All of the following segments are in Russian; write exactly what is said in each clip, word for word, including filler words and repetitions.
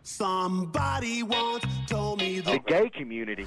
Somebody once told me the gay community.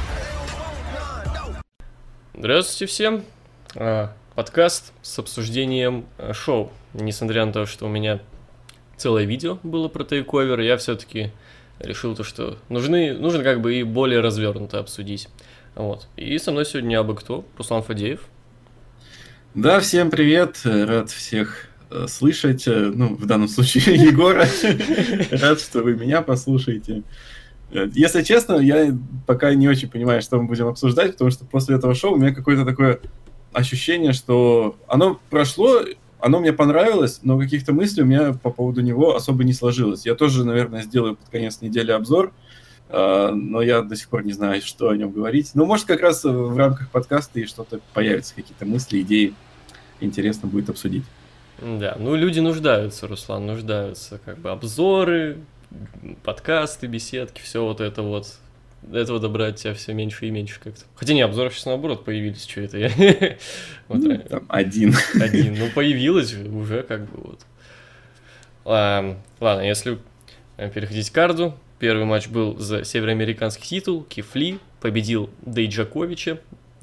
Здравствуйте всем. А, подкаст с обсуждением а, шоу. Несмотря на то, что у меня целое видео было про тейковер, я все-таки решил то, что нужны, нужно как бы и более развернуто обсудить. Вот. И со мной сегодня абы кто, Руслан Фадеев. Да, всем привет, рад всех э, слышать, э, ну, в данном случае Егора, рад, что вы меня послушаете. Если честно, я пока не очень понимаю, что мы будем обсуждать, потому что после этого шоу у меня какое-то такое ощущение, что оно прошло, оно мне понравилось, но каких-то мыслей у меня по поводу него особо не сложилось. Я тоже, наверное, сделаю под конец недели обзор, но я до сих пор не знаю, что о нем говорить. Ну, может, как раз в рамках подкаста и что-то появятся, какие-то мысли, идеи, интересно будет обсудить. Да, ну люди нуждаются, Руслан, нуждаются, как бы обзоры, подкасты, беседки, все вот это вот. Этого добра от тебя все меньше и меньше как-то. Хотя не, обзоры сейчас наоборот появились, что это я. Ну, там один. Один, ну появилось уже как бы вот. Ладно, если переходить к карду. Первый матч был за североамериканский титул. Киф Ли победил Дейджаковича.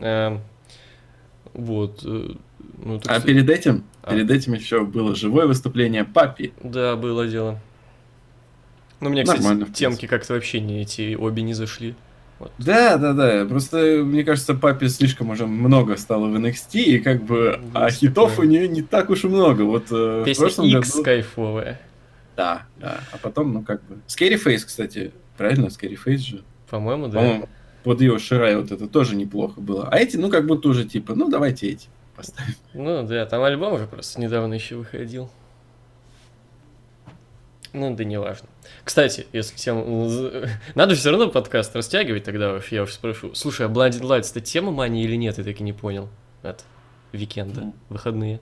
Вот. Ну, а что... перед этим, а. перед этим еще было живое выступление Папи. Да, было дело. Ну, мне, кстати, нормально, темки как-то вообще не эти обе не зашли. Вот. Да, да, да. Просто, мне кажется, Папе слишком уже много стало в эн экс ти, и как бы, ну, а хитов такое. У нее не так уж и много. Вот песня в прошлом X году... кайфовая. Да, да. А потом, ну, как бы... Scary Face, кстати. Правильно? Scary Face же. По-моему, да. По-моему, под ее Ширай вот это тоже неплохо было. А эти, ну, как будто уже типа, ну, давайте эти поставим. Ну, да, там альбом уже просто недавно еще выходил. Ну, да не важно. Кстати, если тему... Надо все равно подкаст растягивать тогда, уж я уж спрошу. Слушай, а Blinding Lights это тема Мани или нет? Я так и не понял. От Викенда, mm. выходные.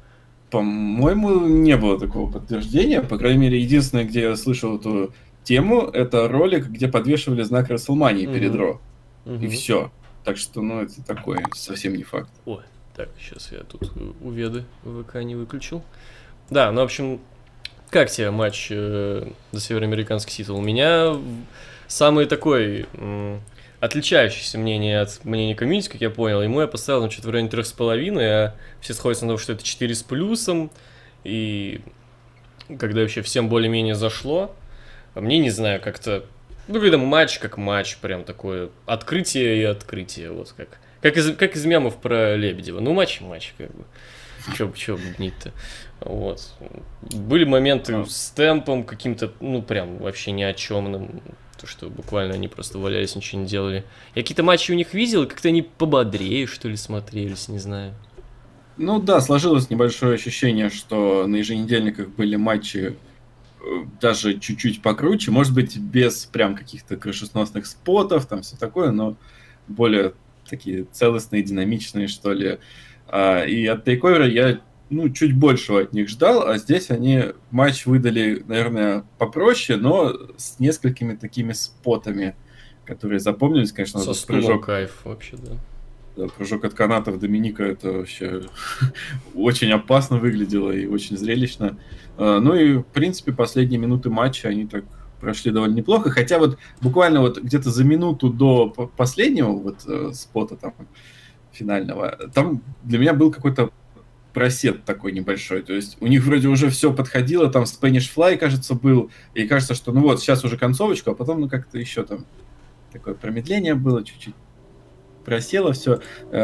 По-моему, не было такого подтверждения. По крайней мере, единственное, где я слышал эту тему, это ролик, где подвешивали знак Расселмании mm-hmm. перед Ро. Mm-hmm. И все. Так что, ну, это такое совсем не факт. Ой, так, сейчас я тут у Веды ВК не выключил. Да, ну, в общем... Как тебе матч э, за североамериканский титул? У меня самый такой м, отличающийся мнение от мнения комьюнити, как я понял. Ему я поставил на что-то в районе трех с половиной, а все сходятся на том, что это четыре с плюсом. И когда вообще всем более-менее зашло, мне не знаю, как-то... Ну, когда матч как матч, прям такое открытие и открытие. Вот как, как, из, как из мемов про Лебедева. Ну, матч и матч, как бы. Чё, чё бубнить-то? Вот. Были моменты а. с темпом каким-то, ну, прям вообще ни о чёмным. То, что буквально они просто валялись, ничего не делали. Я какие-то матчи у них видел, и как-то они пободрее, что ли, смотрелись, не знаю. Ну да, сложилось небольшое ощущение, что на еженедельниках были матчи даже чуть-чуть покруче. Может быть, без прям каких-то крышесносных спотов, там все такое, но более такие целостные, динамичные, что ли. И от тейковера я, ну, чуть большего от них ждал, а здесь они матч выдали, наверное, попроще, но с несколькими такими спотами, которые запомнились, конечно. Со стулом прыжок, кайф вообще, да. Да, прыжок от канатов Доминика, это вообще очень опасно выглядело и очень зрелищно. Ну и, в принципе, последние минуты матча, они так прошли довольно неплохо, хотя вот буквально вот где-то за минуту до последнего вот спота там, финального, там для меня был какой-то просед такой небольшой, то есть у них вроде уже все подходило, там Spanish Fly, кажется, был, и кажется, что ну вот, сейчас уже концовочку, а потом ну как-то еще там такое промедление было, чуть-чуть просело все,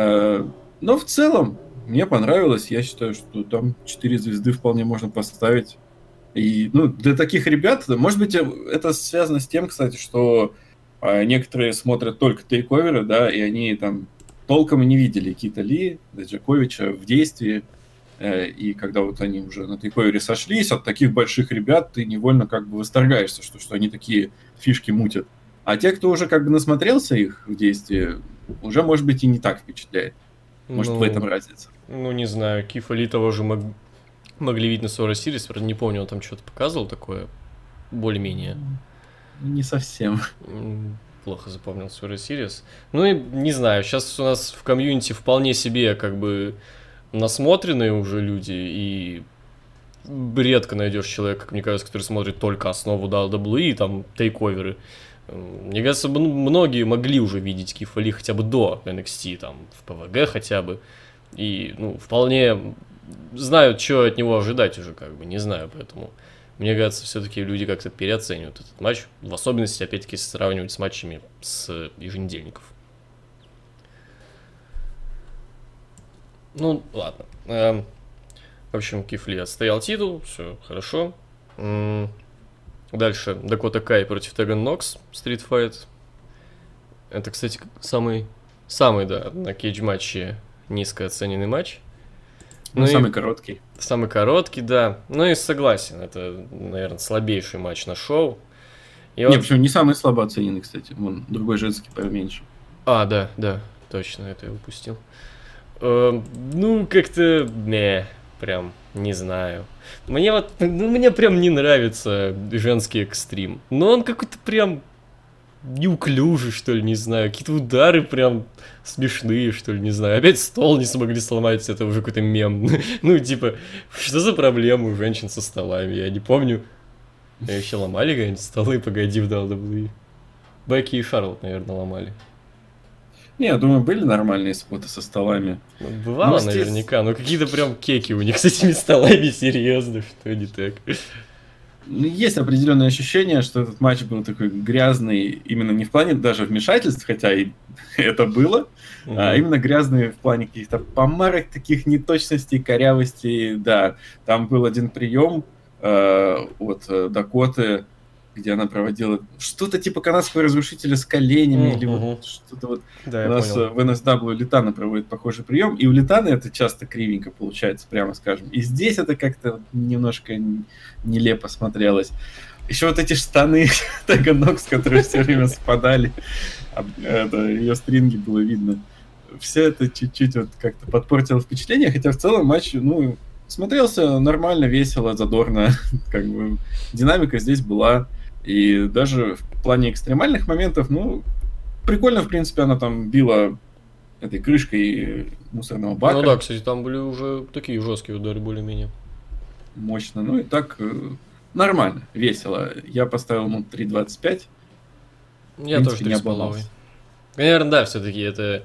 но в целом мне понравилось, я считаю, что там четыре звезды вполне можно поставить, и ну для таких ребят, может быть, это связано с тем, кстати, что некоторые смотрят только тейковеры, да, и они там толком и не видели Кита Ли, Джаковича в действии, э, и когда вот они уже на тейковере сошлись, от таких больших ребят ты невольно как бы восторгаешься, что, что они такие фишки мутят. А те, кто уже как бы насмотрелся их в действии, уже, может быть, и не так впечатляет. Может, ну, в этом разница. Ну, не знаю, Кифа Ли того же мог... могли видеть на Survivor Series, правда, не помню, он там что-то показывал такое, более-менее. Не совсем. Плохо запомнил Survivor Series. Ну и не знаю, сейчас у нас в комьюнити вполне себе как бы насмотренные уже люди, и редко найдешь человека, как мне кажется, который смотрит только основу дабл ю дабл ю и и там тейковеры. Мне кажется, многие могли уже видеть Кифа Ли хотя бы до эн экс ти, там, в пэ вэ гэ хотя бы. И, ну, вполне знают, что от него ожидать уже, как бы, не знаю, поэтому... Мне кажется, все-таки люди как-то переоценивают этот матч, в особенности, опять-таки, если сравнивать с матчами с еженедельников. Ну, ладно. Эм, в общем, Киф Ли отстоял титул, все хорошо. М-м- дальше Дакота Кай против Теган Нокс, стритфайт. Это, кстати, самый, самый, да, на кейдж-матче низко оцененный матч. Ну, ну самый короткий. Самый короткий, да. Ну и согласен, это, наверное, слабейший матч на шоу. И не, вот... почему не самый слабо оцененный, кстати. Вон, другой женский поменьше. А, да, да, точно, это я упустил. Э, ну, как-то, не, прям, не знаю. Мне вот, ну, мне прям не нравится женский экстрим. Но он какой-то прям неуклюжий, что ли, не знаю. Какие-то удары прям смешные, что ли, не знаю. Опять стол не смогли сломать, это уже какой-то мем. Ну, типа, что за проблема у женщин со столами? Я не помню. Еще ломали какие-нибудь столы, погоди, в дабл ю дабл ю и. Бекки и Шарлотт, наверное, ломали. Не, я думаю, были нормальные споты со столами. Ну, бывало, но здесь... наверняка, но какие-то прям кеки у них с этими столами, серьезно, что не так. Есть определенное ощущение, что этот матч был такой грязный, именно не в плане даже вмешательств, хотя и это было, mm-hmm. а именно грязный в плане каких-то помарок, таких неточностей, корявостей. Да, там был один прием э, от Дакоты, где она проводила что-то типа канадского разрушителя с коленями, mm-hmm. или вот что-то вот. Да, у нас понял. В эн эс дабл ю Литана проводит похожий прием, и у Литаны это часто кривенько получается, прямо скажем. И здесь это как-то немножко нелепо смотрелось. Еще вот эти штаны Теган Нокс, которые все время спадали, это, ее стринги было видно. Все это чуть-чуть вот как-то подпортило впечатление, хотя в целом матч, ну, смотрелся нормально, весело, задорно. Как бы динамика здесь была. И даже в плане экстремальных моментов, ну, прикольно, в принципе, она там била этой крышкой мусорного бака. Ну да, кстати, там были уже такие жесткие удары более-менее. Мощно. Ну и так нормально, весело. Я поставил ему три двадцать пять. Я тоже три с половиной. Наверное, да, все-таки это...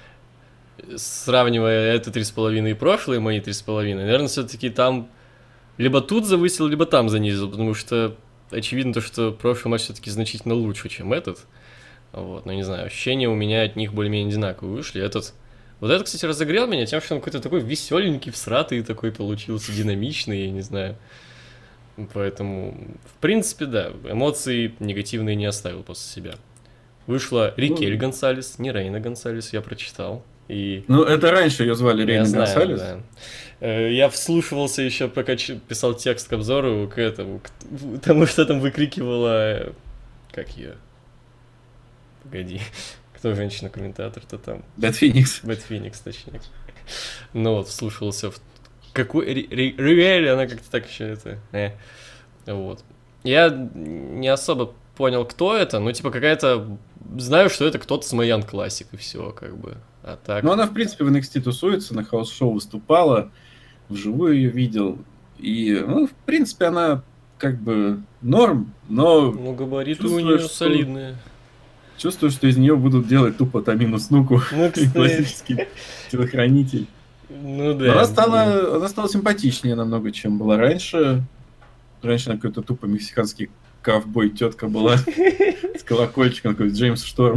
Сравнивая это три с половиной и прошлые мои три с половиной, наверное, все-таки там либо тут завысил, либо там занизил, потому что очевидно то, что прошлый матч все-таки значительно лучше, чем этот. Вот, но не знаю, ощущения у меня от них более-менее одинаковые вышли. Этот, вот этот, кстати, разогрел меня тем, что он какой-то такой веселенький, всратый такой получился, динамичный, я не знаю. Поэтому, в принципе, да, эмоции негативные не оставил после себя. Вышла Рикель Гонсалес, не Рейна Гонсалес, я прочитал. И... Ну, это раньше ее звали Рейна Гонсалес. Да. Я вслушивался еще, пока писал текст к обзору, к этому, к тому, что там выкрикивала... Как ее? Погоди. Кто женщина-комментатор-то там? Бэт Феникс. Бэт Феникс, точнее. Ну вот, вслушивался в... Какой... Ривель, она как-то так еще это... Э. Вот. Я не особо понял, кто это, но типа какая-то... Знаю, что это кто-то с Майян Классик и все, как бы. А так... Ну, она, в принципе, в эн экс ти тусуется, на хаус-шоу выступала, вживую ее видел. И, ну, в принципе, она как бы норм, но... Ну, габариты у нее что... солидные. Чувствую, что из нее будут делать тупо Тамину Снуку. Ну, классический телохранитель. Ну, да. Но она стала, да. Она стала симпатичнее намного, чем была раньше. Раньше она какой-то тупо мексиканский ковбой тетка была с колокольчиком, такой Джеймс Шторм.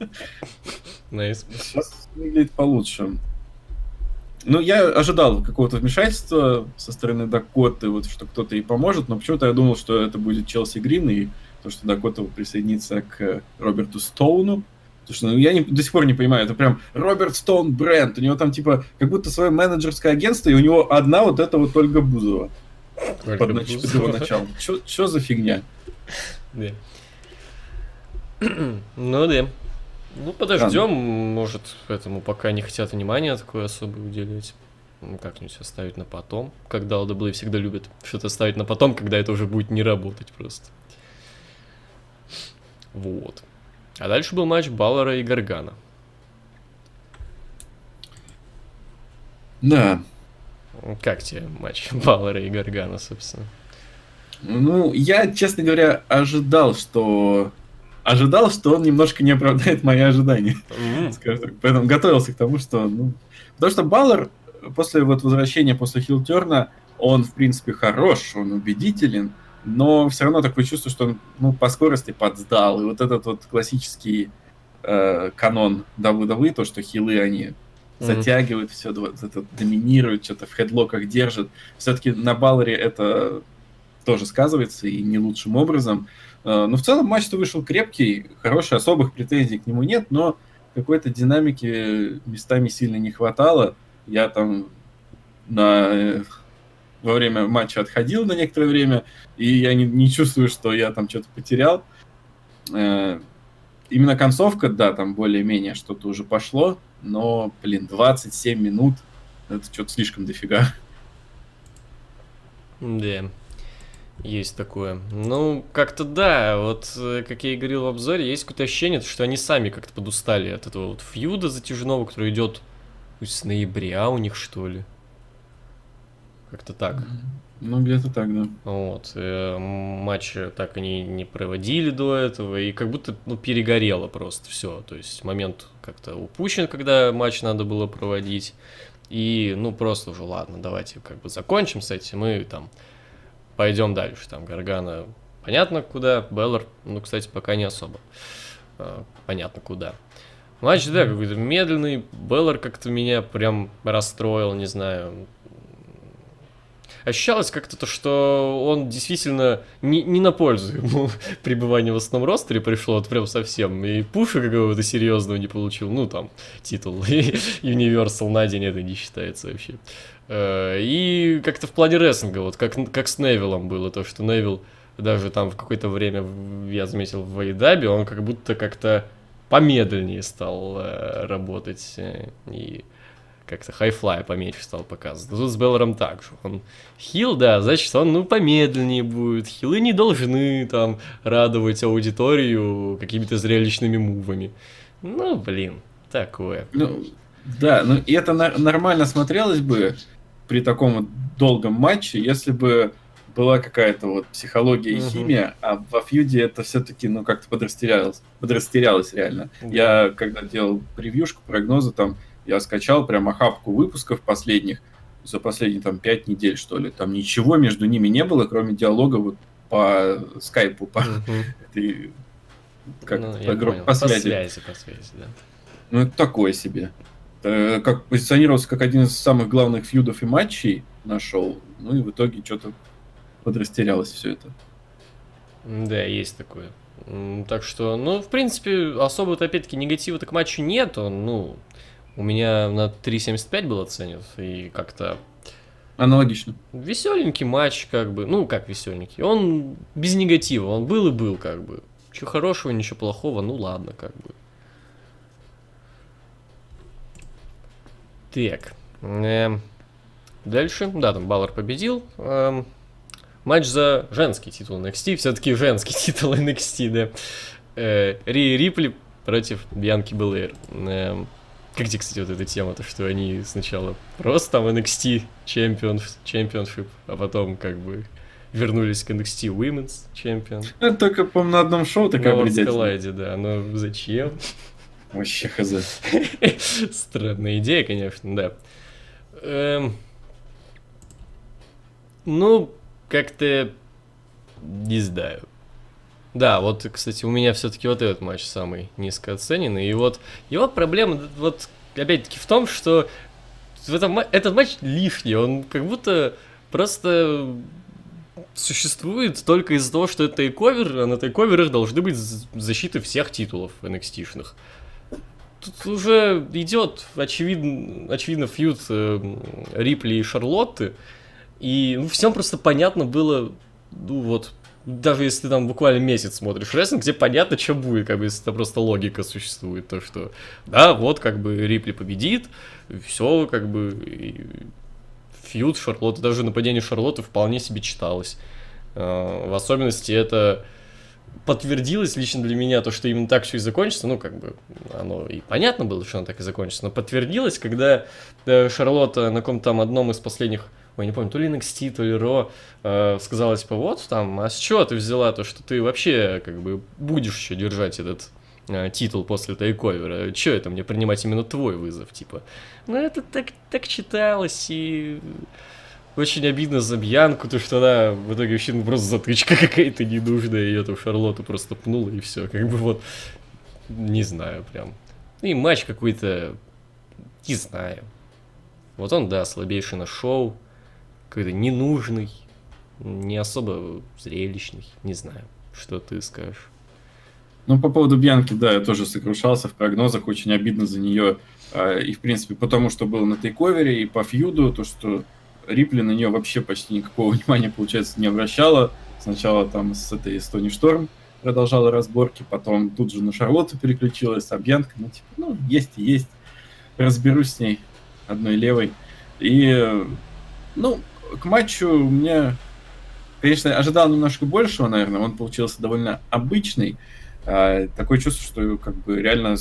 Nice. Сейчас выглядит получше. Ну, я ожидал какого-то вмешательства со стороны Дакоты, вот, что кто-то ей поможет, но почему-то я думал, что это будет Челси Грин, и то, что Дакота присоединится к Роберту Стоуну. Потому что ну, я не, до сих пор не понимаю, это прям Роберт Стоун бренд. У него там типа как будто свое менеджерское агентство, и у него одна вот эта вот Ольга Бузова. Ольга под, нач... под его началом. Что за фигня? Да. Ну да. Ну подождем, может, этому пока не хотят внимания такое особое уделять. Ну, как-нибудь оставить на потом. Когда эл дабл ю и всегда любят что-то оставить на потом, когда это уже будет не работать просто. Вот. А дальше был матч Баллера и Гаргана. Да. Как тебе матч Баллера и Гаргана, собственно? Ну, я, честно говоря, ожидал, что... Ожидал, что он немножко не оправдает мои ожидания. Mm-hmm. Скажем так. Поэтому готовился к тому, что... Ну... Потому что Баллер после вот возвращения, после хилтерна, он, в принципе, хорош, он убедителен, но все равно такое чувство, что он, ну, по скорости подсдал. И вот этот вот классический э, канон дабл ю дабл ю и, то, что хилы, они mm-hmm. затягивают все, вот это, доминируют, что-то в хедлоках держат. Все-таки на Баллере это тоже сказывается, и не лучшим образом. Э, но в целом матч-то вышел крепкий, хороший, особых претензий к нему нет, но какой-то динамики местами сильно не хватало. Я там на... во время матча отходил на некоторое время, и я не, не чувствую, что я там что-то потерял. Э, именно концовка, да, там более-менее что-то уже пошло, но, блин, двадцать семь минут, это что-то слишком дофига. Да, есть такое. Ну, как-то да, вот, как я и говорил в обзоре, есть какое-то ощущение, что они сами как-то подустали от этого вот фьюда затяжного, который идет с ноября у них, что ли. Как-то так. Ну, где-то так, да. Вот. Э, матчи так они не проводили до этого, и как будто, ну, перегорело просто все. То есть момент как-то упущен, когда матч надо было проводить. И, ну, просто уже, ладно, давайте как бы закончим с этим, и там пойдем дальше. Там Гаргана понятно куда, Беллар, ну, кстати, пока не особо э, понятно куда. Матч, да, какой-то медленный, Беллар как-то меня прям расстроил, не знаю. Ощущалось как-то то, что он действительно не, не на пользу ему пребывания в основном ростере пришло, вот прям совсем. И пуша какого-то серьезного не получил. Ну, там, титул и Universal на день это не считается вообще. И как-то в плане рестлинга, вот как, как с Невиллом было, то, что Невилл даже там в какое-то время, я заметил, в Вейдабе, он как будто как-то помедленнее стал работать. И... как-то хайфлай поменьше стал показывать. Тут с Беллером так же. Он хил, да, значит, он, ну, помедленнее будет. Хилы не должны, там, радовать аудиторию какими-то зрелищными мувами. Ну, блин, такое. Ну, да, ну, и это на- нормально смотрелось бы при таком вот долгом матче, если бы была какая-то вот психология и uh-huh. химия, а во фьюде это все-таки, ну, как-то подрастерялось. Подрастерялось реально. Uh-huh. Я, когда делал превьюшку, прогнозы, там, я скачал прям охапку выпусков последних, за последние там пять недель, что ли. Там ничего между ними не было, кроме диалога вот по скайпу, по uh-huh. этой, как, ну, по, понял. по связи. По связи, по связи, да. Ну, это такое себе. Это как позиционировался как один из самых главных фьюдов и матчей на шоу, ну и в итоге что-то подрастерялось все это. Да, есть такое. Так что, ну, в принципе, особо-то, опять-таки, негатива-то к матчу нету, ну... У меня на три семьдесят пять был оценен, и как-то... Аналогично. Веселенький матч, как бы, ну, как веселенький. Он без негатива, он был и был, как бы. Ничего хорошего, ничего плохого, ну, ладно, как бы. Так. Эм. Дальше, да, там Баллар победил. Эм. Матч за женский титул эн экс ти, все-таки женский титул эн экс ти, да. Э, Ри Рипли против Бьянки Белэйр. Эм. Как тебе, кстати, вот эта тема-то, что они сначала просто там эн экс ти Championship, а потом как бы вернулись к эн экс ти Women's Champion. Это только, по-моему, на одном шоу такая бредятина. На Скалайде, да, но зачем? Вообще хз. Странная идея, конечно, да. Эм... Ну, как-то не знаю. Да, вот, кстати, у меня все-таки вот этот матч самый низкооцененный. И вот его проблема, вот, опять-таки, в том, что в этом, этот матч лишний. Он как будто просто существует только из-за того, что это тейковер, а на тейковерах должны быть защиты всех титулов эн экс ти-шных. Тут уже идет, очевидно, очевидно фьюд э, Рипли и Шарлотты. И ну, всем просто понятно было, ну вот... Даже если ты там буквально месяц смотришь рестлинг, где понятно, что будет, как бы, если это просто логика существует, то что, да, вот, как бы, Рипли победит, все, как бы, фьюд Шарлотты, даже нападение Шарлотты вполне себе читалось. В особенности это подтвердилось лично для меня то, что именно так все и закончится. Ну, как бы, оно и понятно было, что оно так и закончится. Но подтвердилось, когда э, Шарлотта на каком-то там одном из последних, ой, не помню, то ли эн экс ти, то ли Ро, э, сказала, типа, вот там, а с чего ты взяла то, что ты вообще, как бы, будешь еще держать этот э, титул после тейковера? Че это мне принимать именно твой вызов, типа? Ну, это так, так читалось, и... Очень обидно за Бьянку, то что она в итоге вообще ну, просто затычка какая-то ненужная, ее там Шарлотту просто пнула и все, как бы вот, не знаю прям. И матч какой-то, не знаю. Вот он, да, слабейший на шоу, какой-то ненужный, не особо зрелищный, не знаю, что ты скажешь. Ну, по поводу Бьянки, да, я тоже сокрушался в прогнозах, очень обидно за нее, и, в принципе, потому что было на тейковере, и по фьюду, то, что Рипли на нее вообще почти никакого внимания, получается, не обращала. Сначала там с этой Тони Шторм продолжала разборки, потом тут же на Шарлотту переключилась, а Бьянка, ну, типа, ну, есть и есть. Разберусь с ней одной левой. И, ну, к матчу мне, конечно, ожидал немножко большего, наверное. Он получился довольно обычный. А, такое чувство, что как бы реально...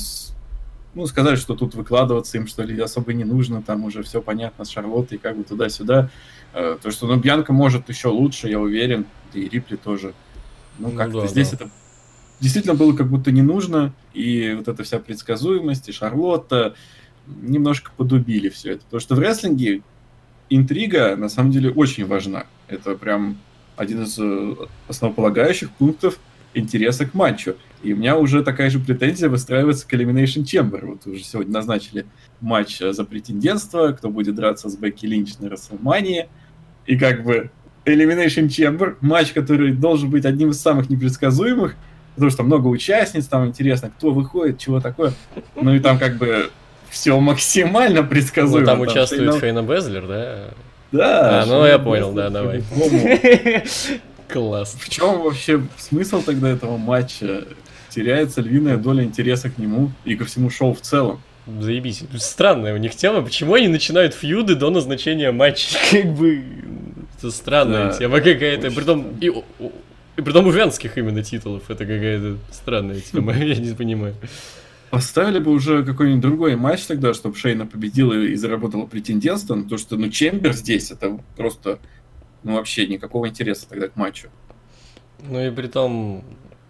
Ну, сказали, что тут выкладываться им, что ли, особо не нужно, там уже все понятно с Шарлоттой, как бы туда-сюда. То, что, ну, Бьянка может еще лучше, я уверен, да и Рипли тоже. Ну, как-то ну, да, здесь да. это действительно было как будто не нужно, и вот эта вся предсказуемость, и Шарлотта немножко подубили все это. Потому что в рестлинге интрига, на самом деле, очень важна. Это прям один из основополагающих пунктов интереса к матчу. И у меня уже такая же претензия выстраивается к Elimination Chamber. Вот уже сегодня назначили матч за претендентство, кто будет драться с Бекки Линч на WrestleMania. И как бы Elimination Chamber, матч, который должен быть одним из самых непредсказуемых, потому что там много участниц, там интересно, кто выходит, чего такое. Ну и там как бы все максимально предсказуемо. Ну, там, там участвует Шейна... Шейна Безлер, да? Да. А, ну я понял, да, давай. Класс. В чем вообще смысл тогда этого матча? Теряется львиная доля интереса к нему и ко всему шоу в целом. Заебись. Странная у них тема. Почему они начинают фьюды до назначения матча? Как бы... Это странная да, тема какая-то. Притом... И, и притом у женских именно титулов. Это какая-то странная тема. Я не понимаю. Поставили бы уже какой-нибудь другой матч тогда, чтобы Шейна победила и заработала претендентство. Потому что, ну, Чембер здесь, это просто... Ну, вообще никакого интереса тогда к матчу. Ну и при том,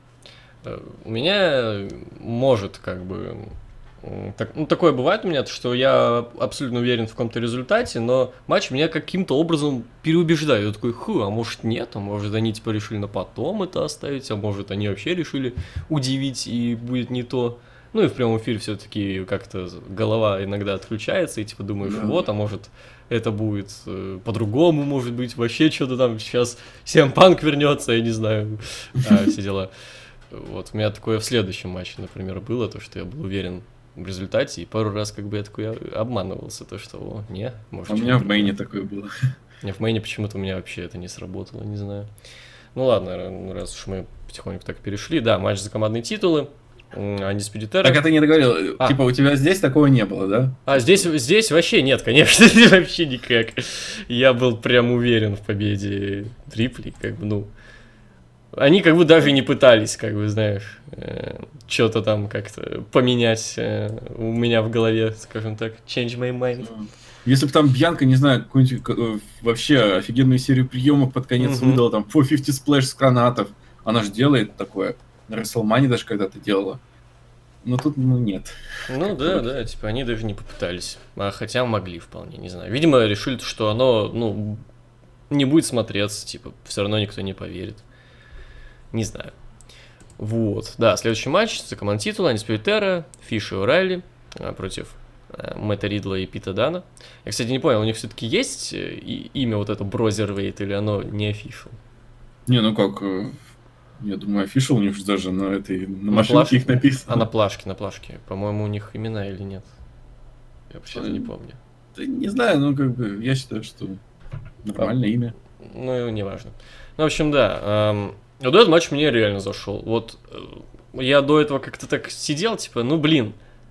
у меня может как бы... Так, ну, такое бывает у меня, что я абсолютно уверен в каком-то результате, но матч меня каким-то образом переубеждает. Я такой, ху, а может нет, а может они типа решили на потом это оставить, а может они вообще решили удивить и будет не то. Ну и в прямом эфире все-таки как-то голова иногда отключается, и типа думаешь, да. вот, а может... Это будет э, по-другому, может быть, вообще что-то там сейчас си эм Punk вернется, я не знаю, а, все дела. Вот, у меня такое в следующем матче, например, было, то, что я был уверен в результате, и пару раз как бы я такой обманывался, то, что, о, не, может... А у меня в мейне такое было. Не, в мейне почему-то у меня вообще это не сработало, не знаю. Ну ладно, раз уж мы потихоньку так перешли, да, матч за командные титулы. Undisputed Era. Так, а ты не договорил, а. типа у тебя здесь такого не было, да? А здесь, здесь вообще нет, конечно, вообще никак. Я был прям уверен в победе Рипли, как бы, ну... Они как бы даже не пытались, как бы, знаешь, э, что-то там как-то поменять э, у меня в голове, скажем так, change my mind. Если бы там Бьянка, не знаю, какую-нибудь э, вообще офигенную серию приемов под конец mm-hmm. выдала, там, четыреста пятьдесят сплэш с гранатов, она же делает такое. На WrestleMania даже когда-то делала. Но тут, ну, нет. Ну, да, да, типа, они даже не попытались. А хотя могли вполне, не знаю. Видимо, решили, что оно, ну, не будет смотреться, типа, все равно никто не поверит. Не знаю. Вот, да, следующий матч за команд титула, Undisputed Era, Фиш и О'Райли против Мэтта Ридла и Пита Дана. Я, кстати, не понял, у них все-таки есть имя вот это Брозервейт или оно не official? Не, ну как... Я думаю, official у них же даже на этой на, на машинке их написано. А на плашке, на плашке. По-моему, у них имена или нет? Я вообще-то не помню. Да, не знаю, ну как бы я считаю, что нормальное а, имя. Ну, неважно. Ну, в общем, да. Эм, вот этот матч мне реально зашел. Вот э, я до этого как-то так сидел, типа, ну блин.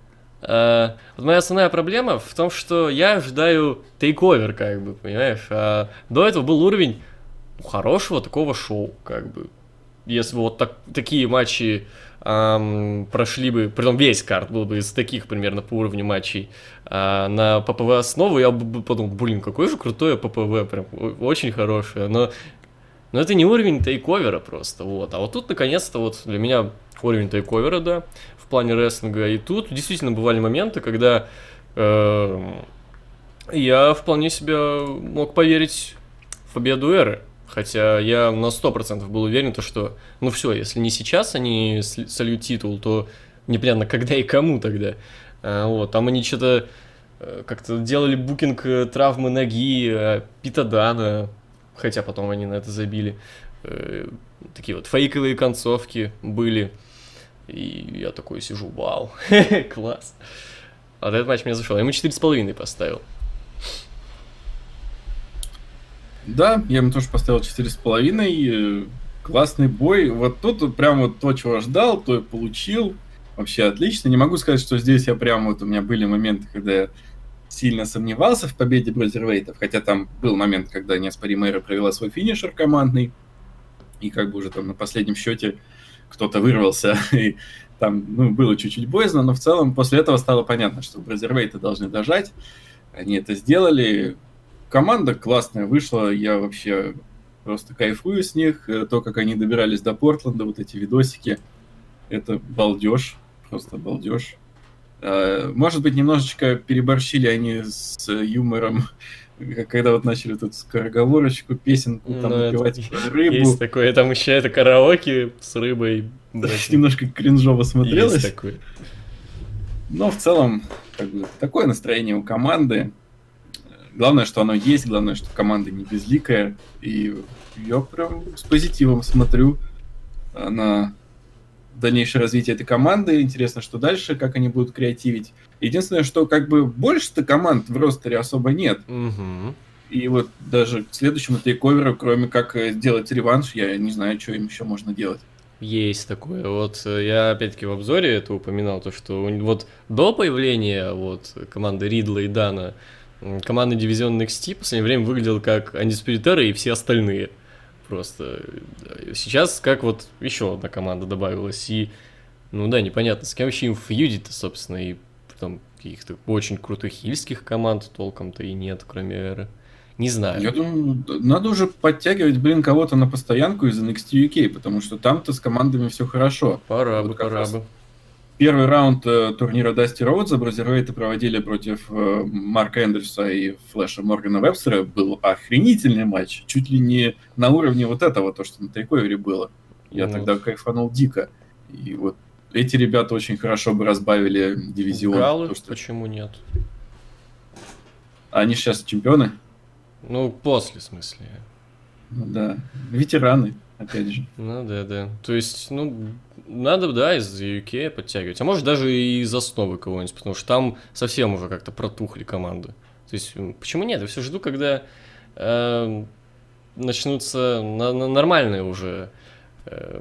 Э, вот моя основная проблема в том, что я ожидаю тейковер, как бы, понимаешь? А до этого был уровень хорошего такого шоу, как бы. если бы вот так, такие матчи эм, прошли бы, притом весь карт был бы из таких примерно по уровню матчей э, на ППВ основу, я бы подумал, блин, какое же крутое ППВ, прям очень хорошее, но, но это не уровень тейковера просто, вот, а вот тут наконец-то вот для меня уровень тейковера, да, в плане рестлинга, и тут действительно бывали моменты, когда э, я вполне себе мог поверить в победу Эры. Хотя я на сто процентов был уверен, то, что, ну все, если не сейчас они сольют титул, то непонятно когда и кому тогда. А, вот, там они что-то как-то делали букинг травмы ноги Пита Дана, хотя потом они на это забили. Э, такие вот фейковые концовки были. И я такой сижу, вау, класс. А вот этот матч мне зашел. Я ему четыре с половиной поставил. Да, я ему тоже поставил четыре с половиной. Классный бой. Вот тут прям вот то, чего ждал, то и получил. Вообще отлично. Не могу сказать, что здесь я прям вот у меня были моменты, когда я сильно сомневался в победе брозервейтов. Хотя там был момент, когда неоспоримая Эра провела свой финишер командный. И как бы уже там на последнем счете кто-то вырвался. И там ну, было чуть-чуть боязно. Но в целом после этого стало понятно, что брозервейты должны дожать. Они это сделали. Команда классная вышла, я вообще просто кайфую с них. То, как они добирались до Портленда, вот эти видосики, это балдеж, просто балдеж. Может быть, немножечко переборщили они с юмором, когда вот начали тут скороговорочку, песенку там напевать про рыбу. Есть такое, там еще это караоке с рыбой. Немножко кринжово смотрелось. Есть такое. Но в целом, как бы, такое настроение у команды. Главное, что оно есть, главное, что команда не безликая. И я прям с позитивом смотрю на дальнейшее развитие этой команды. Интересно, что дальше, как они будут креативить. Единственное, что как бы больше-то команд в ростере особо нет. Угу. И вот даже к следующему тейковеру, кроме как сделать реванш, я не знаю, что им еще можно делать. Есть такое. Вот я опять-таки в обзоре это упоминал, то что вот до появления вот команды Ридла и Дана команда дивизиона эн экс ти в последнее время выглядела как Undisputed Era и все остальные. Просто сейчас как вот еще одна команда добавилась. И, ну да, непонятно, с кем вообще им фьюдить-то, собственно. И потом каких-то очень крутых хильских команд толком-то и нет, кроме Эры. Не знаю. Я думаю, надо уже подтягивать, блин, кого-то на постоянку из эн экс ти ю кей, потому что там-то с командами все хорошо. Пора вот бы, пора бы. Первый раунд э, турнира Дасти Роудза брозервейты проводили против э, Марка Эндрюса и Флэша Моргана Вебстера. Был охренительный матч. Чуть ли не на уровне вот этого, то, что на тейковере было. Я вот. Тогда кайфанул дико. И вот эти ребята очень хорошо бы разбавили дивизион. Галы, то, что... почему нет? Они сейчас чемпионы? Ну, после, в смысле. Ну да, ветераны, опять же. Ну да, да. То есть, ну, надо, да, из ю кей подтягивать. А может даже и из основы кого-нибудь, потому что там совсем уже как-то протухли команды. То есть, почему нет? Я все жду, когда э, начнутся на, на нормальные уже... Э,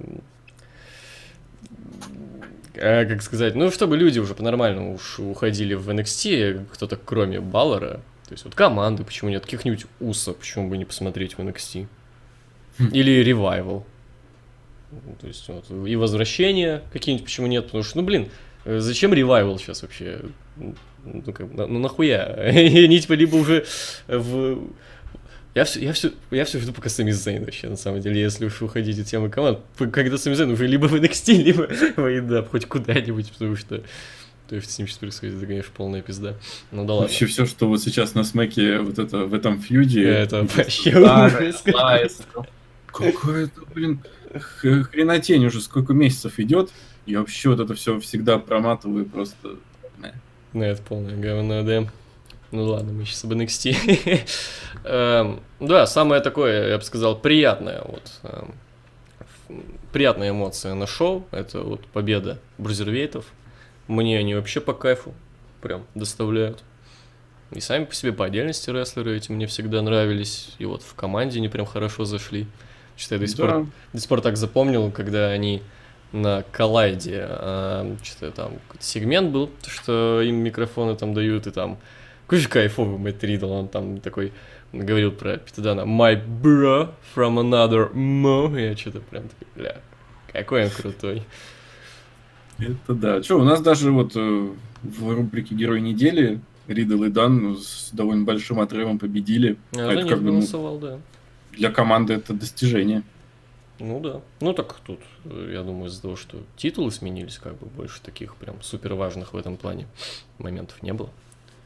э, как сказать, ну, чтобы люди уже по-нормальному уж уходили в эн экс ти, кто-то кроме Баллера. То есть, вот команды, почему нет? Каких-нибудь Уса, почему бы не посмотреть в эн экс ти? Или Revival. То есть, вот, и возвращения какие-нибудь почему нет? Потому что, ну, блин, зачем Revival сейчас вообще? Ну, как, ну нахуя? Они типа либо уже в... Я все, я все, я все жду пока Сами Зейн вообще, на самом деле, если уж уходить от темы команд. Когда Сами Зейн уже либо в эн экс ти, либо в эй и дабл ю, хоть куда-нибудь, потому что... То, что с ним сейчас происходит, это, конечно, полная пизда. Ну да ладно. Вообще все, что вот сейчас на смеке, вот это, в этом фьюде... Это вообще ужас. Какая-то, блин, хренотень уже сколько месяцев идет. Я вообще вот это все всегда проматываю просто... Ну, это полное говно, да. Ну ладно, мы сейчас об эн экс ти. Да, самое такое, я бы сказал, приятное, вот... Приятная эмоция на шоу, это вот победа брузервейтов. Мне они вообще по кайфу прям доставляют. И сами по себе по отдельности рестлеры эти мне всегда нравились. И вот в команде они прям хорошо зашли. Что-то я до сих пор, до сих пор так запомнил, когда они на Коллайде, а, что-то там какой-то сегмент был, что им микрофоны там дают, и там какой же кайфовый Мэтт Ридл, он там такой говорил про Пита Дана, my bro from another mo. Я что-то прям такой, бля, Какой он крутой. Это да. Что, у нас даже вот э, в рубрике «Герой недели» Ридл и Дан с довольно большим отрывом победили. Я а за это них как бы, ну, голосовал, да. для команды это достижение. Ну да. Ну так тут, я думаю, из-за того, что титулы сменились, как бы больше таких прям супер важных в этом плане моментов не было.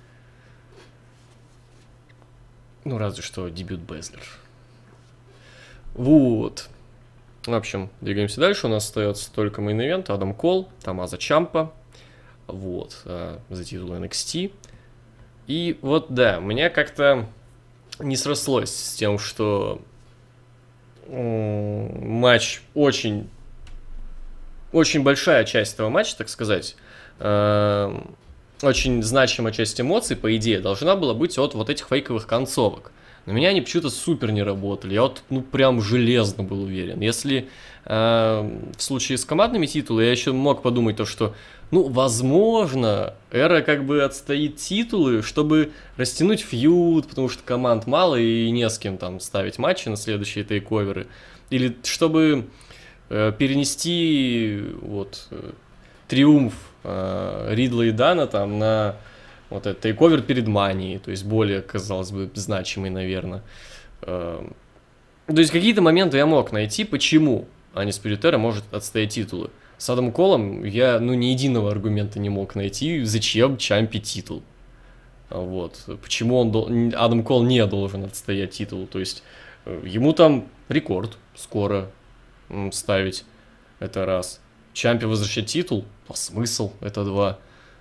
Ну, разве что дебют Безлер. Вот. В общем, двигаемся дальше. У нас остается только мейн-ивент. Адам Кол, Томмазо Чампа. Вот. За титул эн экс ти. И вот, да, у меня как-то не срослось с тем, что матч очень... Очень большая часть этого матча, так сказать, очень значимая часть эмоций, по идее, должна была быть от вот этих фейковых концовок. На меня они почему-то супер не работали. Я вот, ну, прям железно был уверен. Если э, в случае с командными титулами я еще мог подумать то, что, ну, возможно, Эра как бы отстоит титулы, чтобы растянуть фьюд, потому что команд мало и не с кем там ставить матчи на следующие тейковеры. Или чтобы э, перенести вот э, триумф э, Ридла и Дана там на... Вот это тейковер перед Манией, то есть более, казалось бы, значимый, наверное. То есть какие-то моменты я мог найти, почему Undisputed Era может отстоять титулы. С Адамом Колом я, ну, ни единого аргумента не мог найти, зачем Чампе титул. Вот. Почему он дол... Адам Кол не должен отстоять титул. То есть ему там рекорд скоро ставить. Это раз. Чампе возвращать титул, а смысл? Это два.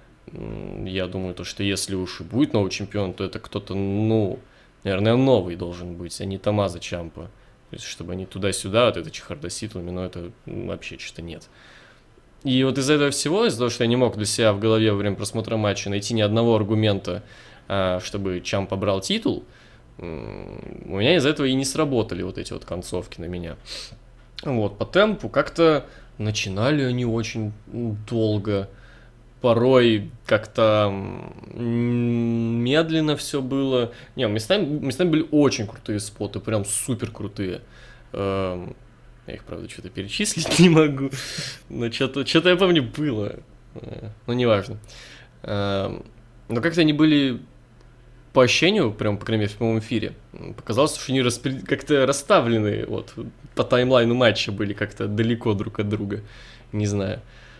Я думаю, то, что если уж и будет новый чемпион, то это кто-то, ну, наверное, новый должен быть, а не Томмазо Чампа. То есть, чтобы они туда-сюда, вот это чехарда с титулами, но это вообще что-то нет. И вот из-за этого всего, из-за того, что я не мог для себя в голове во время просмотра матча найти ни одного аргумента, чтобы Чампа брал титул, у меня из-за этого и не сработали вот эти вот концовки на меня. Вот, по темпу как-то начинали они очень долго. Порой как-то медленно все было. Не, местами, местами были очень крутые споты, прям супер крутые. Я их, правда, что-то перечислить не могу. Но что-то, что-то я помню было. Ну, неважно. Но как-то они были по ощущению, прям, по крайней мере, в прямом эфире, показалось, что они распри... как-то расставлены вот, по таймлайну матча были как-то далеко друг от друга. Не знаю.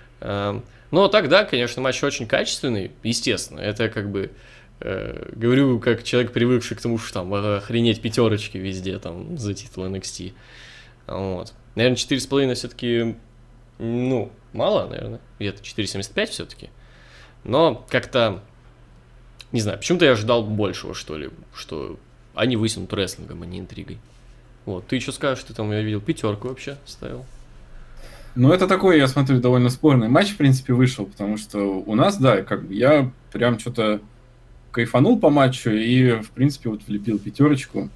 Но тогда, конечно, матч очень качественный, естественно. Это как бы, э, говорю, как человек, привыкший к тому, что там охренеть пятерочки везде там за титул эн экс ти. Вот. Наверное, четыре с половиной все-таки, ну, мало, наверное. Где-то четыре семьдесят пять все-таки. Но как-то, не знаю, почему-то я ожидал большего, что ли, что они высунут рестлингом, а не интригой. Вот. Ты еще скажешь, ты там, я видел, пятерку вообще ставил. Ну, это такой, я смотрю, довольно спорный матч, в принципе, вышел, потому что у нас, да, как бы я прям что-то кайфанул по матчу и, в принципе, вот влепил пятерочку.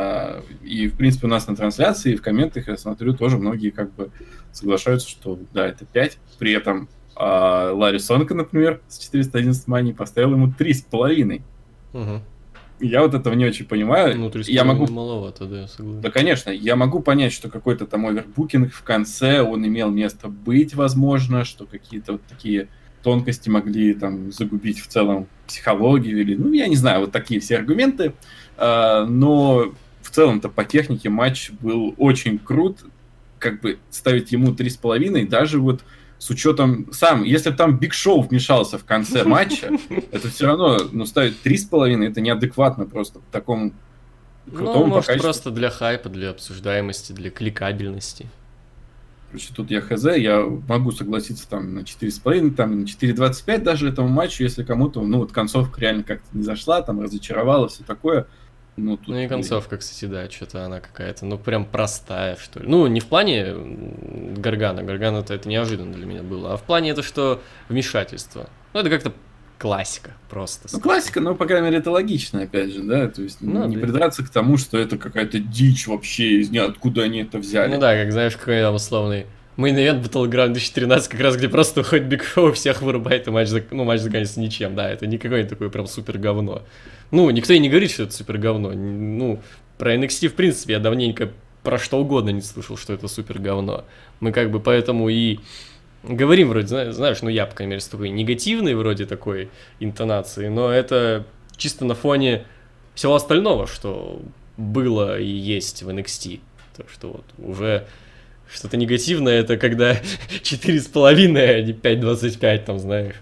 И, в принципе, у нас на трансляции и в комментах, я смотрю, тоже многие как бы соглашаются, что, да, это пять. При этом Ларри Сонка, например, с четыреста одиннадцать маний поставил ему три с половиной. Угу. Я вот этого не очень понимаю. Ну, три с я могу... маловато, да, согласен. Да, конечно, я могу понять, что какой-то там овербукинг в конце, он имел место быть, возможно, что какие-то вот такие тонкости могли там загубить в целом психологию или, ну, я не знаю, вот такие все аргументы. А, но в целом-то по технике матч был очень крут. Как бы ставить ему три с половиной, даже вот с учетом сам, если бы там Биг Шоу вмешался в конце матча, это все равно, ну, ставить три с половиной, это неадекватно просто по такому крутому. Ну, может, качеству. Просто для хайпа, для обсуждаемости, для кликабельности. Короче, тут я хз, я могу согласиться там на четыре с половиной, там на четыре двадцать пять даже этому матчу, если кому-то, ну, вот концовка реально как-то не зашла, там разочаровала, все такое. Ну, тут... ну и концовка, кстати, да, что-то она какая-то, ну, прям простая, что ли. Ну, не в плане Гаргана, Гаргана-то это неожиданно для меня было, а в плане это, что вмешательство. Ну, это как-то классика просто. Ну, классика, но, по крайней мере, это логично, опять же, да, то есть ну, не да. придраться к тому, что это какая-то дичь вообще, из ниоткуда они это взяли. Ну да, как знаешь, какой там условный мейн-ивент Battleground две тысячи тринадцать, как раз где просто уходит Биг Шоу, всех вырубает, и матч, ну, матч заканчивается ничем, да, это не какое-нибудь такое прям супер говно. Ну, никто и не говорит, что это супер говно. Ну, про эн экс ти, в принципе, я давненько про что угодно не слышал, что это супер говно. Мы как бы поэтому и говорим вроде, знаешь, ну я, по крайней мере, с такой негативной вроде такой интонацией, но это чисто на фоне всего остального, что было и есть в эн экс ти. Так что вот уже что-то негативное, это когда четыре с половиной, а не пять двадцать пять, там, знаешь.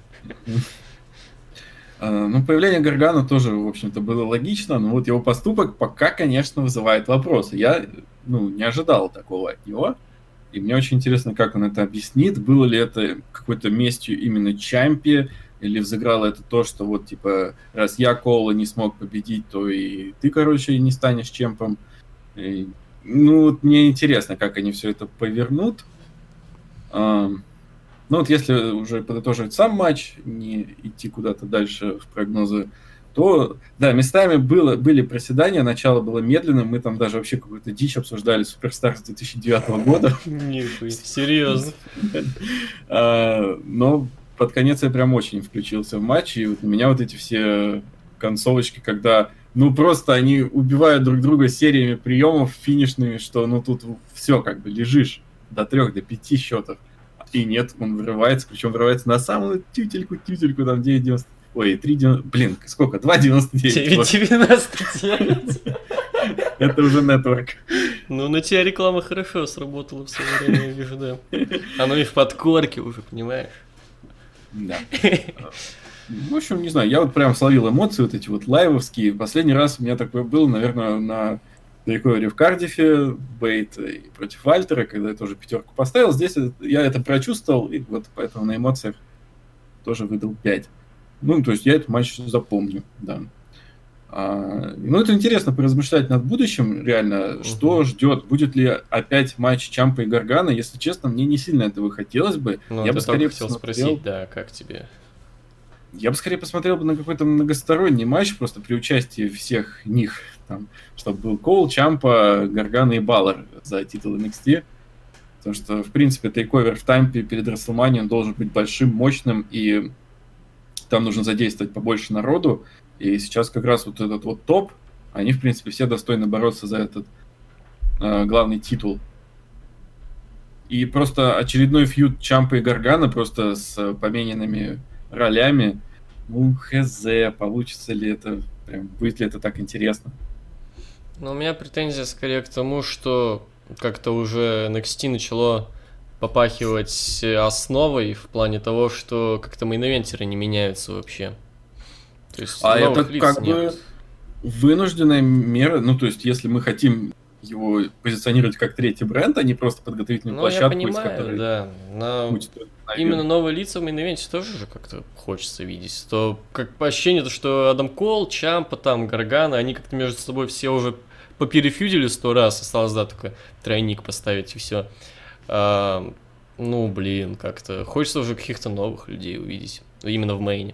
Ну, появление Гаргана тоже, в общем-то, было логично, но вот его поступок пока, конечно, вызывает вопросы. Я, ну, не ожидал такого от него, и мне очень интересно, как он это объяснит. Было ли это какой-то местью именно Чампе, или взыграло это то, что вот, типа, раз я Коула не смог победить, то и ты, короче, не станешь чемпом. И, ну, вот мне интересно, как они все это повернут. Ну вот если уже подытоживать сам матч, не идти куда-то дальше в прогнозы, то, да, местами было, были проседания, начало было медленным, мы там даже вообще какую-то дичь обсуждали, Суперстарс две тысячи девятого года. Нихуя, серьезно. Но под конец я прям очень включился в матч, и вот у меня вот эти все концовочки, когда, ну, просто они убивают друг друга сериями приемов финишными, что, ну, тут все, как бы, лежишь до трех, до пяти счетов. И нет, он вырывается, причем вырывается на самую тютельку-тютельку, там девять девяносто... Ой, три девяносто... Блин, сколько? два девяносто девять. девять девяносто девять. Это уже нетворк. Ну, на тебя реклама хорошо сработала в свое время, я вижу, да. Оно и в подкорке уже, понимаешь? Да. В общем, не знаю, я вот прям словил эмоции вот эти вот лайвовские. Последний раз у меня такое было, наверное, на Рековере в Кардифе, Бейт и против Вальтера, когда я тоже пятерку поставил. Здесь я это прочувствовал, и вот поэтому на эмоциях тоже выдал пять. Ну, то есть я этот матч запомню, да. А, ну, это интересно поразмышлять над будущим, реально, uh-huh. что ждет. Будет ли опять матч Чампа и Гаргана? Если честно, мне не сильно этого хотелось бы. Ну, я ты бы скорее хотел посмотрел... спросить, да, как тебе? Я бы скорее посмотрел бы на какой-то многосторонний матч, просто при участии всех них, там, чтобы был Коул, Чампа, Гаргана и Баллар за титул эн экс ти. Потому что, в принципе, тейковер в Тампе перед Расселманией должен быть большим, мощным, и там нужно задействовать побольше народу. И сейчас как раз вот этот вот топ, они, в принципе, все достойны бороться за этот э, главный титул. И просто очередной фьюд Чампа и Гаргана просто с помененными ролями. Ну, хз, получится ли это, прям, будет ли это так интересно? Ну, у меня претензия скорее к тому, что как-то уже эн экс ти начало попахивать основой в плане того, что как-то мейн-ивентеры не меняются вообще. То есть а это как нет. бы вынужденная мера, ну, то есть если мы хотим его позиционировать как третий бренд, а не просто подготовительную ну, площадку, я понимаю, из которой... да. Но именно новые лица в мейн-ивенте тоже же как-то хочется видеть. То как по ощущению, что Адам Кол, Чампа, там, Гаргана, они как-то между собой все уже поперефьюдили сто раз, осталось, да, только тройник поставить и все. А, ну, блин, как-то хочется уже каких-то новых людей увидеть, именно в мейне.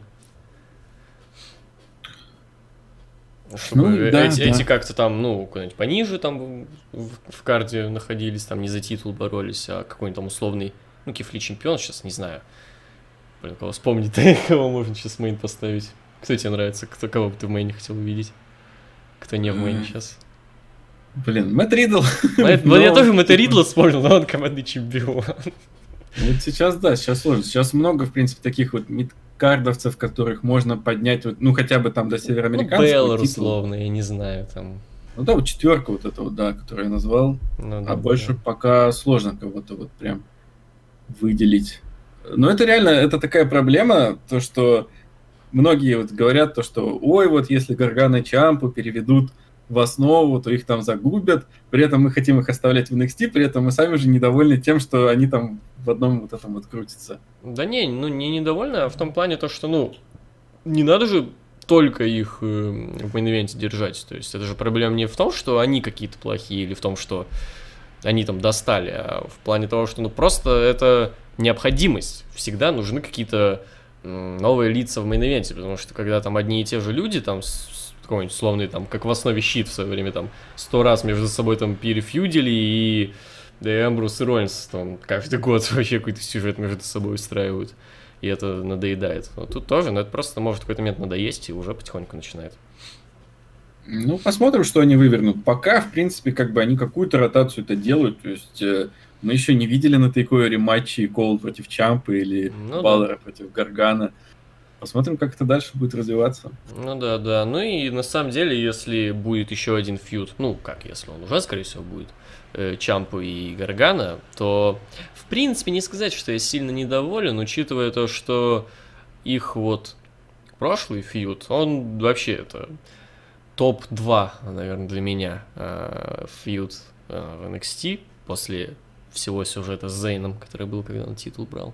Чтобы ну, да, эти, да. эти как-то там, ну, куда-нибудь пониже там в, в карде находились, там не за титул боролись, а какой-нибудь там условный, ну, Кифли чемпион, сейчас не знаю. Блин, кого вспомнить, кого можно сейчас в мейн поставить. Кто тебе нравится, кто, кого бы ты в мейне хотел увидеть? Кто не в мейне сейчас? Блин, Мэтт Ридл. Но... Я тоже Мэтта Ридла вспомнил, но он командный чемпион. Вот сейчас, да, сейчас сложно. Сейчас много, в принципе, таких вот мидкардовцев, которых можно поднять, вот, ну, хотя бы там до североамериканского ну, Бэллор, титула. условно, я не знаю, там... Ну да, вот четверка вот эта вот, да, которую я назвал. Ну, а да, больше да. пока сложно кого-то вот прям выделить. Но это реально, это такая проблема, то, что многие вот говорят то, что ой, вот если Гаргана и Чампу переведут в основу, то их там загубят, при этом мы хотим их оставлять в эн экс ти, при этом мы сами же недовольны тем, что они там в одном вот этом вот крутятся. Да не, ну не недовольны, а в том плане то, что, ну, не надо же только их э, в мейн-ивенте держать, то есть это же проблема не в том, что они какие-то плохие, или в том, что они там достали, а в плане того, что, ну, просто это необходимость, всегда нужны какие-то э, новые лица в мейн-ивенте, потому что когда там одни и те же люди, там, какой-нибудь условный, там, как в основе щит в свое время, там, сто раз между собой там перефьюдили, и да и Амбрус и Роллинс там каждый год вообще какой-то сюжет между собой устраивают, и это надоедает. Но тут тоже, но это просто может в какой-то момент надоесть, и уже потихоньку начинает. Ну, посмотрим, что они вывернут. Пока, в принципе, как бы они какую-то ротацию-то делают. То есть э, мы еще не видели на тейковере матчи Коул против Чампа или Ну Баллера да. против Гаргана. Посмотрим, как это дальше будет развиваться. Ну да, да. Ну и на самом деле, если будет еще один фьюд, ну как, если он уже, скорее всего, будет, э, Чампу и Гаргана, то, в принципе, не сказать, что я сильно недоволен, учитывая то, что их вот прошлый фьюд, он вообще это топ два, наверное, для меня э, фьюд э, в эн экс ти после всего сюжета с Зейном, который был, когда он титул брал.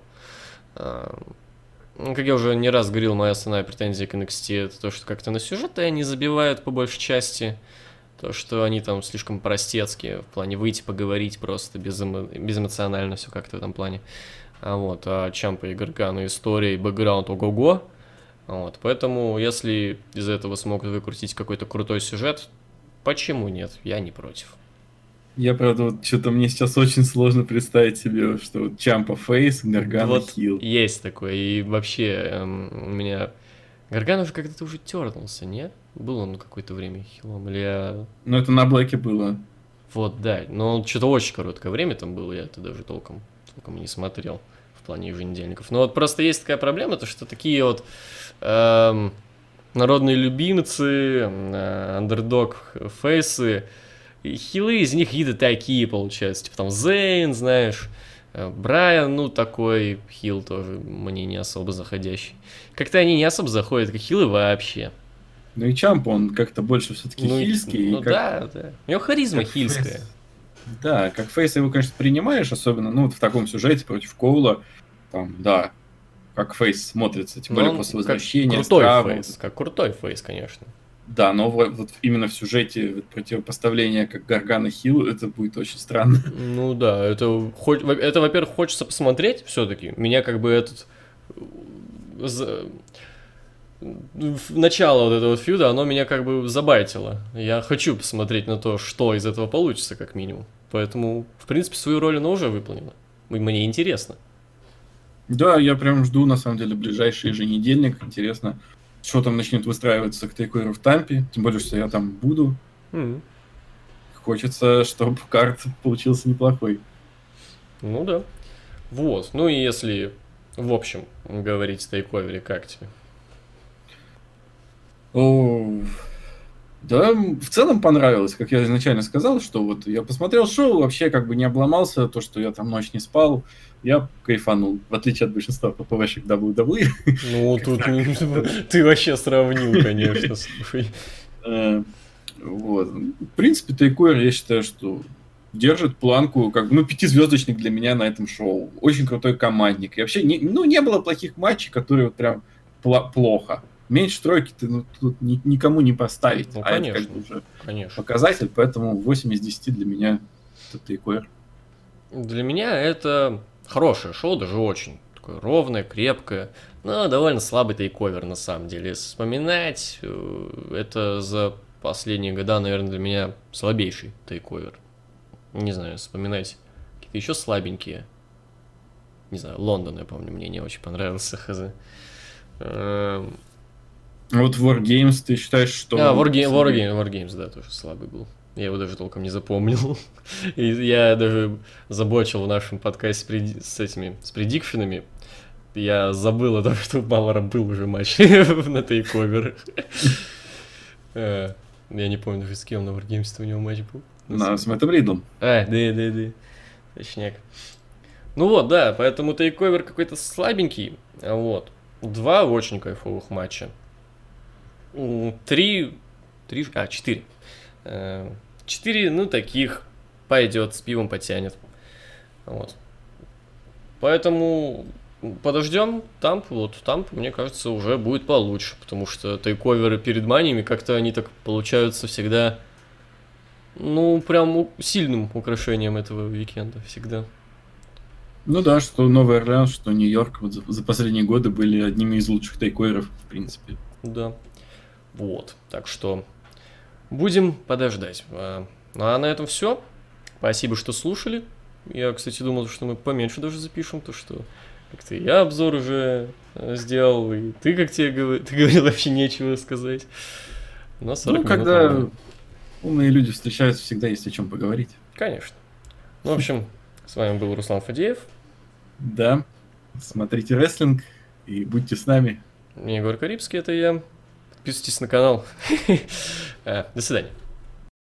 Э, ну, как я уже не раз говорил, моя основная претензия к эн экс ти это то, что как-то на сюжеты они забивают по большей части. То, что они там слишком простецкие, в плане выйти поговорить просто без эмо... безэмоционально все как-то в этом плане. А вот, а Чампа и Гаргана история и бэкграунд ого-го. Вот, поэтому, если из этого смогут выкрутить какой-то крутой сюжет, почему нет? Я не против. Я, правда, вот что-то мне сейчас очень сложно представить себе, что вот Чампа фейс, Гаргана Вот хил. есть такое, и вообще эм, у меня... Гарган уже когда-то уже тернулся, нет? Был он какое-то время хилом, или я... Ну, это на Блэке было. Вот, да, но что-то очень короткое время там было, я это даже толком, толком не смотрел в плане еженедельников. Но вот просто есть такая проблема, то что такие вот эм, народные любимцы, андердог фейсы, и хилы из них какие-то такие получаются. Типа там Зейн, знаешь, Брайан, ну такой хил тоже мне не особо заходящий. Как-то они не особо заходят, как хилы вообще. Ну и Чампа, он как-то больше все-таки Ну, хильский. ну и как... да, да. У него харизма как хильская. фейс. Да, как фейса его, конечно, принимаешь, особенно, ну, вот в таком сюжете против Коула, там, да, как фейс смотрится, тем более после возвращения. Как крутой Страву. фейс, как крутой фейс, конечно. Да, но вот, вот именно в сюжете вот, противопоставления как Гаргана Хилл, это будет очень странно. Ну да, это, хоть, это во-первых, хочется посмотреть все-таки. Меня как бы этот... Начало вот этого фьюда, оно меня как бы забайтило. Я хочу посмотреть на то, что из этого получится, как минимум. Поэтому, в принципе, свою роль она уже выполнена. Мне интересно. Да, я прям жду, на самом деле, ближайший еженедельник. Интересно, что там начнет выстраиваться к тейковеру в Тампе. Тем более, что я там буду. Mm-hmm. Хочется, чтобы карт получился неплохой. Ну да. Вот. Ну и если, в общем, говорить о тейковере, как тебе? О, да, в целом понравилось, как я изначально сказал, что вот я посмотрел шоу, вообще как бы не обломался, то, что я там ночь не спал, я кайфанул, в отличие от большинства ППВшек дабл ю дабл ю и. Ну, тут ты вообще сравнил, конечно, слушай. Вот. В принципе, тейковер, я считаю, что держит планку, как ну, пятизвездочник для меня на этом шоу. Очень крутой командник. И вообще, не, ну, не было плохих матчей, которые вот прям плохо. Меньше тройки ты ну, тут ни, никому не поставить. Ну, а конечно, это как бы уже конечно. показатель, поэтому восемь из десяти для меня это тейковер. Для меня это хорошее шоу, даже очень. Такое ровное, крепкое, но довольно слабый тейковер на самом деле. Если вспоминать, это за последние года, наверное, для меня слабейший тейковер. Не знаю, вспоминать какие-то еще слабенькие. Не знаю, Лондон, я помню, мне не очень понравился, хз. Вот Wargames, ты считаешь, что... А, Wargame, Wargame, Wargames, да, тоже слабый был. Я его даже толком не запомнил. И я даже забочил в нашем подкасте с этими, с предикшенами. Я забыл о том, что у Баллера был уже матч на тейковерах. Я не помню даже с кем на Wargames у него матч был. На, с Мэттом Ридлом. А, да, да, да. Точняк. Ну вот, да, поэтому тейковер какой-то слабенький. Вот. Два очень кайфовых матча. Три, три, а, четыре. Четыре, ну, таких пойдет, с пивом потянет. Вот. Поэтому подождем Тамп, вот Тамп, мне кажется, уже будет получше, потому что тейковеры перед маниями как-то они так получаются всегда, ну, прям сильным украшением этого уикенда всегда. Ну да, что Новый Орлеан, что Нью-Йорк вот за, за последние годы были одними из лучших тейковеров, в принципе. Да. Вот, так что будем подождать. А на этом все. Спасибо, что слушали. Я, кстати, думал, что мы поменьше даже запишем, то что как-то я обзор уже сделал, и ты, как тебе говорил, ты говорил, вообще нечего сказать. На сорок Ну, минут когда нормально. умные люди встречаются, всегда есть о чем поговорить. Конечно. Ну, в общем, с вами был Руслан Фадеев. Да. Смотрите рестлинг и будьте с нами. Егор Карибский, это я. Подписывайтесь на канал. До свидания.